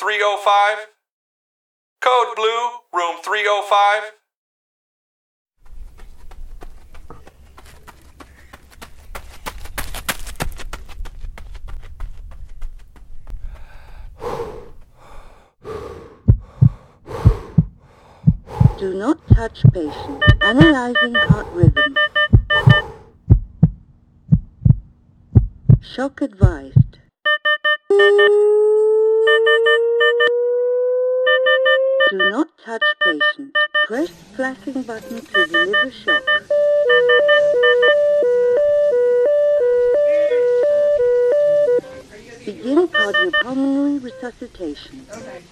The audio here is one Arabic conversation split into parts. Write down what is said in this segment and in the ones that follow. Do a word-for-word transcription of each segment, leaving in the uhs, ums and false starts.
three oh five. Code Blue, room three oh five. Do not touch patient. Analyzing heart rhythm. Shock advised. Do not touch patient. Press flashing button to deliver shock. Begin cardiopulmonary resuscitation. Okay.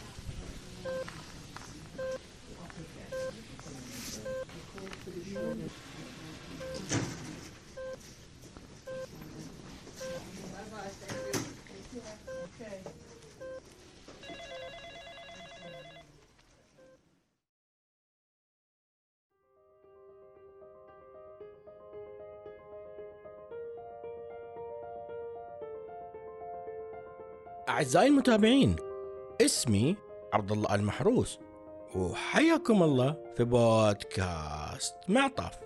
أعزائي المتابعين، اسمي عبد الله المحروس، وحياكم الله في بودكاست معطف.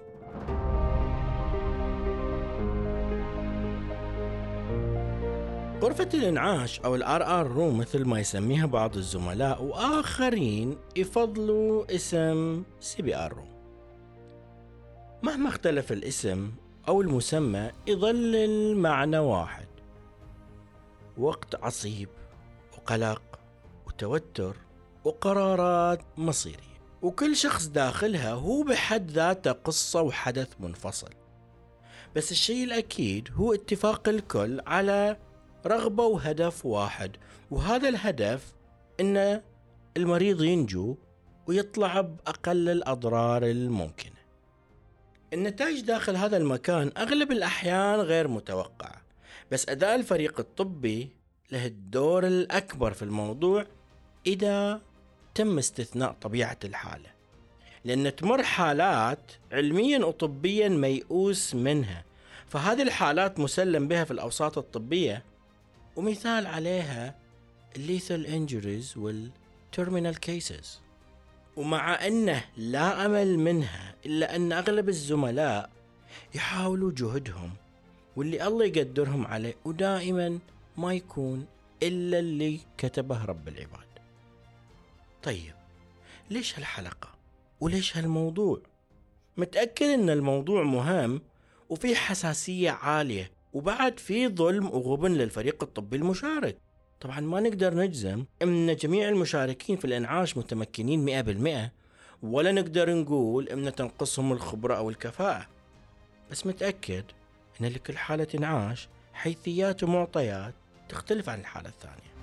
غرفة الإنعاش أو الآر آر روم مثل ما يسميها بعض الزملاء وآخرين يفضلوا اسم سي بي آر روم. مهما اختلف الاسم أو المسمى يظل المعنى واحد: وقت عصيب وقلق وتوتر وقرارات مصيرية، وكل شخص داخلها هو بحد ذاته قصة وحدث منفصل. بس الشيء الأكيد هو اتفاق الكل على رغبة وهدف واحد، وهذا الهدف إن المريض ينجو ويطلع بأقل الأضرار الممكنة. النتائج داخل هذا المكان أغلب الأحيان غير متوقعة، بس أداء الفريق الطبي له الدور الأكبر في الموضوع إذا تم استثناء طبيعة الحالة، لأن تمر حالات علميا وطبيا ميؤوس منها، فهذه الحالات مسلم بها في الأوساط الطبية، ومثال عليها الليثال injuries والتيرمينال كيسز. ومع أنه لا أمل منها، إلا أن أغلب الزملاء يحاولوا جهدهم واللي الله يقدرهم عليه، ودائما ما يكون إلا اللي كتبه رب العباد. طيب ليش هالحلقة؟ وليش هالموضوع؟ متأكد أن الموضوع مهم وفي حساسية عالية، وبعد في ظلم وغبن للفريق الطبي المشارك. طبعا ما نقدر نجزم أن جميع المشاركين في الإنعاش متمكنين مئة بالمئة، ولا نقدر نقول أن تنقصهم الخبرة أو الكفاءة، بس متأكد أن لكل حالة إنعاش حيثيات ومعطيات تختلف عن الحالة الثانية.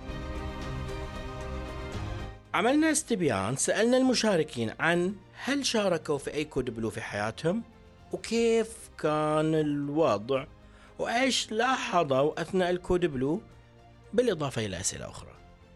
عملنا استبيان، سألنا المشاركين عن هل شاركوا في أي كود بلو في حياتهم، وكيف كان الوضع، وإيش لاحظوا أثناء الكود بلو، بالإضافة إلى أسئلة أخرى.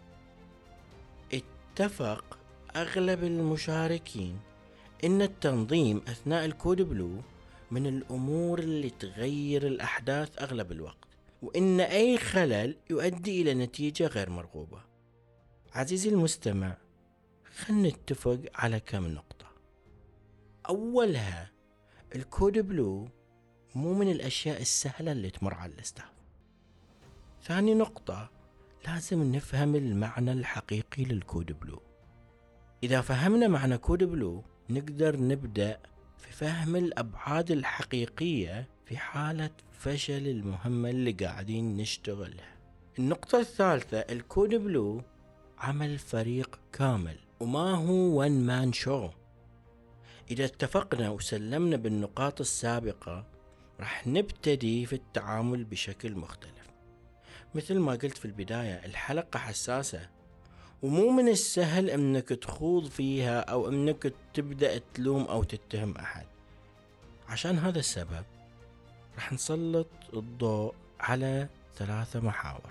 اتفق أغلب المشاركين إن التنظيم أثناء الكود بلو من الأمور اللي تغير الأحداث أغلب الوقت، وإن أي خلل يؤدي إلى نتيجة غير مرغوبة. عزيزي المستمع، خلنا نتفق على كم نقطة. أولها، الكود بلو مو من الأشياء السهلة اللي تمر على الاستاف. ثاني نقطة، لازم نفهم المعنى الحقيقي للكود بلو. إذا فهمنا معنى كود بلو نقدر نبدأ في فهم الأبعاد الحقيقية في حالة فشل المهمة اللي قاعدين نشتغلها. النقطة الثالثة، الكود بلو عمل فريق كامل وما هو one man show. إذا اتفقنا وسلمنا بالنقاط السابقة راح نبتدي في التعامل بشكل مختلف. مثل ما قلت في البداية، الحلقة حساسة ومو من السهل أنك تخوض فيها أو أنك تبدأ تلوم أو تتهم أحد. عشان هذا السبب راح نسلط الضوء على ثلاثة محاور.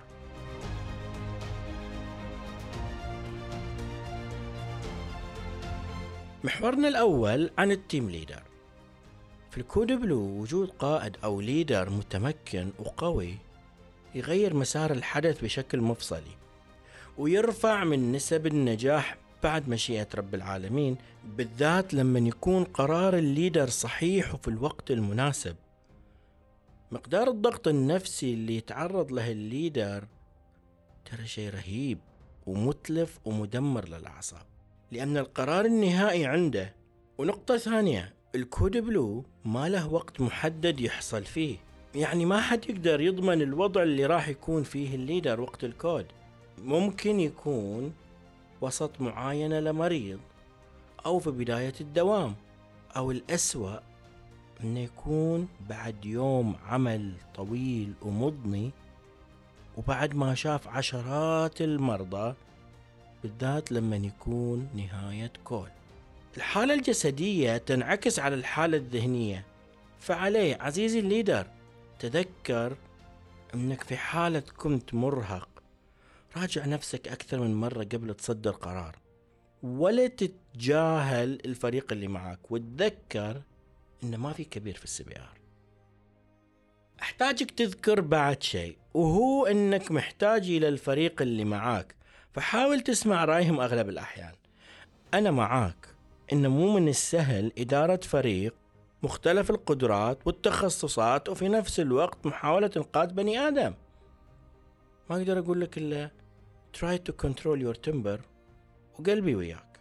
محورنا الأول عن التيم ليدر. في الكود بلو وجود قائد أو ليدر متمكن وقوي يغير مسار الحدث بشكل مفصلي، ويرفع من نسب النجاح بعد مشيئة رب العالمين، بالذات لما يكون قرار الليدر صحيح وفي الوقت المناسب. مقدار الضغط النفسي اللي يتعرض له الليدر ترى شيء رهيب ومتلف ومدمر للأعصاب، لأن القرار النهائي عنده. ونقطة ثانية، الكود بلو ما له وقت محدد يحصل فيه، يعني ما حد يقدر يضمن الوضع اللي راح يكون فيه الليدر وقت الكود. ممكن يكون وسط معاينة لمريض، أو في بداية الدوام، أو الأسوأ إنه يكون بعد يوم عمل طويل ومضني وبعد ما شاف عشرات المرضى، بالذات لما يكون نهاية كول. الحالة الجسدية تنعكس على الحالة الذهنية، فعليه عزيزي الليدر تذكر أنك في حالة كنت مرهق. راجع نفسك أكثر من مرة قبل تصدر قرار، ولا تتجاهل الفريق اللي معك، وتذكر إنه ما في كبير في السي بي آر. أحتاجك تذكر بعد شيء، وهو إنك محتاج إلى الفريق اللي معاك، فحاول تسمع رأيهم أغلب الأحيان. أنا معاك إنه مو من السهل إدارة فريق مختلف القدرات والتخصصات، وفي نفس الوقت محاولة إنقاذ بني آدم. ما أقدر أقول لك إلا try to control your temper، وقلبي وياك.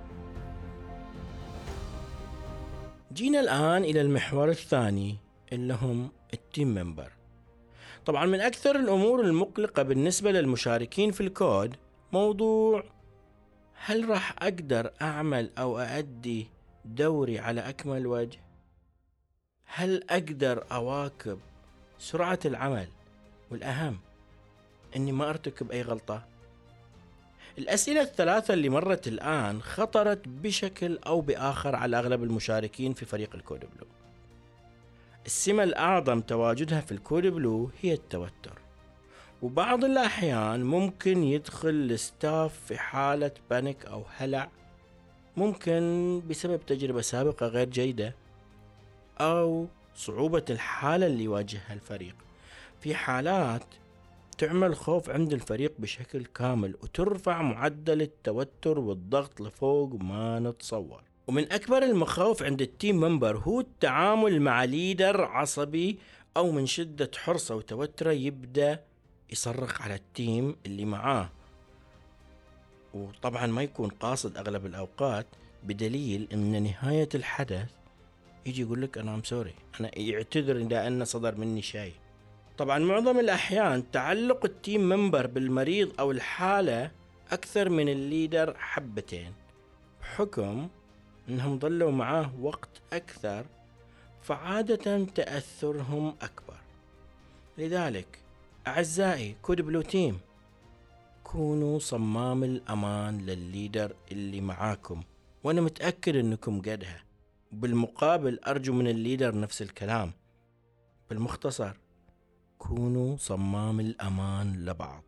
جينا الآن إلى المحور الثاني اللي هم التيم ممبر. طبعا من أكثر الأمور المقلقة بالنسبة للمشاركين في الكود موضوع هل راح أقدر أعمل أو أؤدي دوري على أكمل وجه؟ هل أقدر أواكب سرعة العمل؟ والأهم أني ما أرتكب أي غلطة. الأسئلة الثلاثة اللي مرت الآن خطرت بشكل أو بآخر على أغلب المشاركين في فريق الكود بلو. السمة الأعظم تواجدها في الكود بلو هي التوتر، وبعض الأحيان ممكن يدخل الستاف في حالة بانيك أو هلع، ممكن بسبب تجربة سابقة غير جيدة أو صعوبة الحالة اللي يواجهها الفريق. في حالات تعمل خوف عند الفريق بشكل كامل، وترفع معدل التوتر والضغط لفوق ما نتصور. ومن أكبر المخاوف عند التيم ممبر هو التعامل مع ليدر عصبي، أو من شدة حرصه وتوتره يبدأ يصرخ على التيم اللي معاه، وطبعا ما يكون قاصد أغلب الأوقات، بدليل أن نهاية الحدث يجي يقول لك أنا أم سوري، أنا يعتذر إذا أن صدر مني شيء. طبعا معظم الأحيان تعلق التيم ممبر بالمريض أو الحالة أكثر من الليدر حبتين، بحكم أنهم ضلوا معاه وقت أكثر، فعادة تأثرهم أكبر. لذلك أعزائي كود بلو تيم، كونوا صمام الأمان للليدر اللي معاكم، وأنا متأكد أنكم قدها. بالمقابل أرجو من الليدر نفس الكلام. بالمختصر، كونوا صمام الأمان لبعض.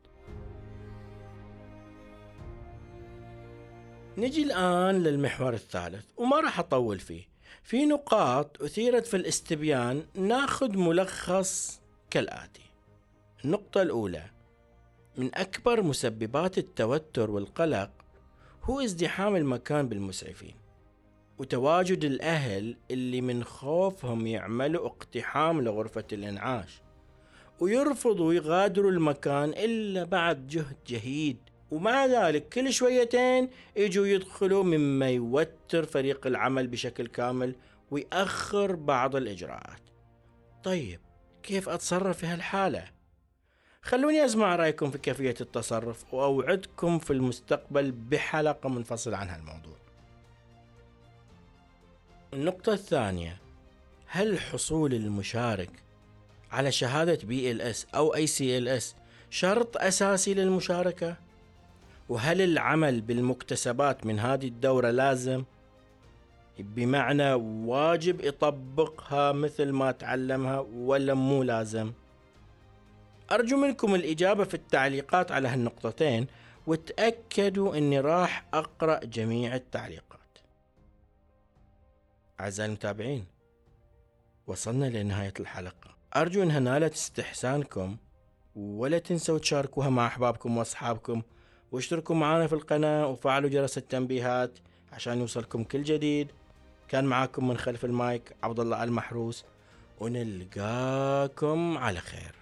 نجي الآن للمحور الثالث، وما راح أطول فيه. في نقاط أثيرت في الاستبيان، ناخذ ملخص كالآتي. النقطة الأولى، من أكبر مسببات التوتر والقلق هو ازدحام المكان بالمسعفين، وتواجد الأهل اللي من خوفهم يعملوا اقتحام لغرفة الإنعاش، ويرفضوا يغادروا المكان إلا بعد جهد جهيد، ومع ذلك كل شويتين يجوا يدخلوا، مما يوتر فريق العمل بشكل كامل ويأخر بعض الإجراءات. طيب كيف أتصرف في هالحالة؟ خلوني أسمع رأيكم في كيفية التصرف، وأوعدكم في المستقبل بحلقة منفصلة عن هالموضوع. النقطة الثانية، هل حصول المشارك على شهادة بي إل إس أو أي سي إل إس شرط أساسي للمشاركة؟ وهل العمل بالمكتسبات من هذه الدورة لازم؟ بمعنى واجب يطبقها مثل ما تعلمها، ولا مو لازم؟ أرجو منكم الإجابة في التعليقات على هالنقطتين، وتأكدوا أني راح أقرأ جميع التعليقات. أعزائي المتابعين، وصلنا لنهاية الحلقة. أرجو أنها نالت استحسانكم، ولا تنسوا تشاركوها مع أحبابكم وأصحابكم، واشتركوا معنا في القناة وفعلوا جرس التنبيهات عشان يوصلكم كل جديد. كان معاكم من خلف المايك عبد الله المحروس، ونلقاكم على خير.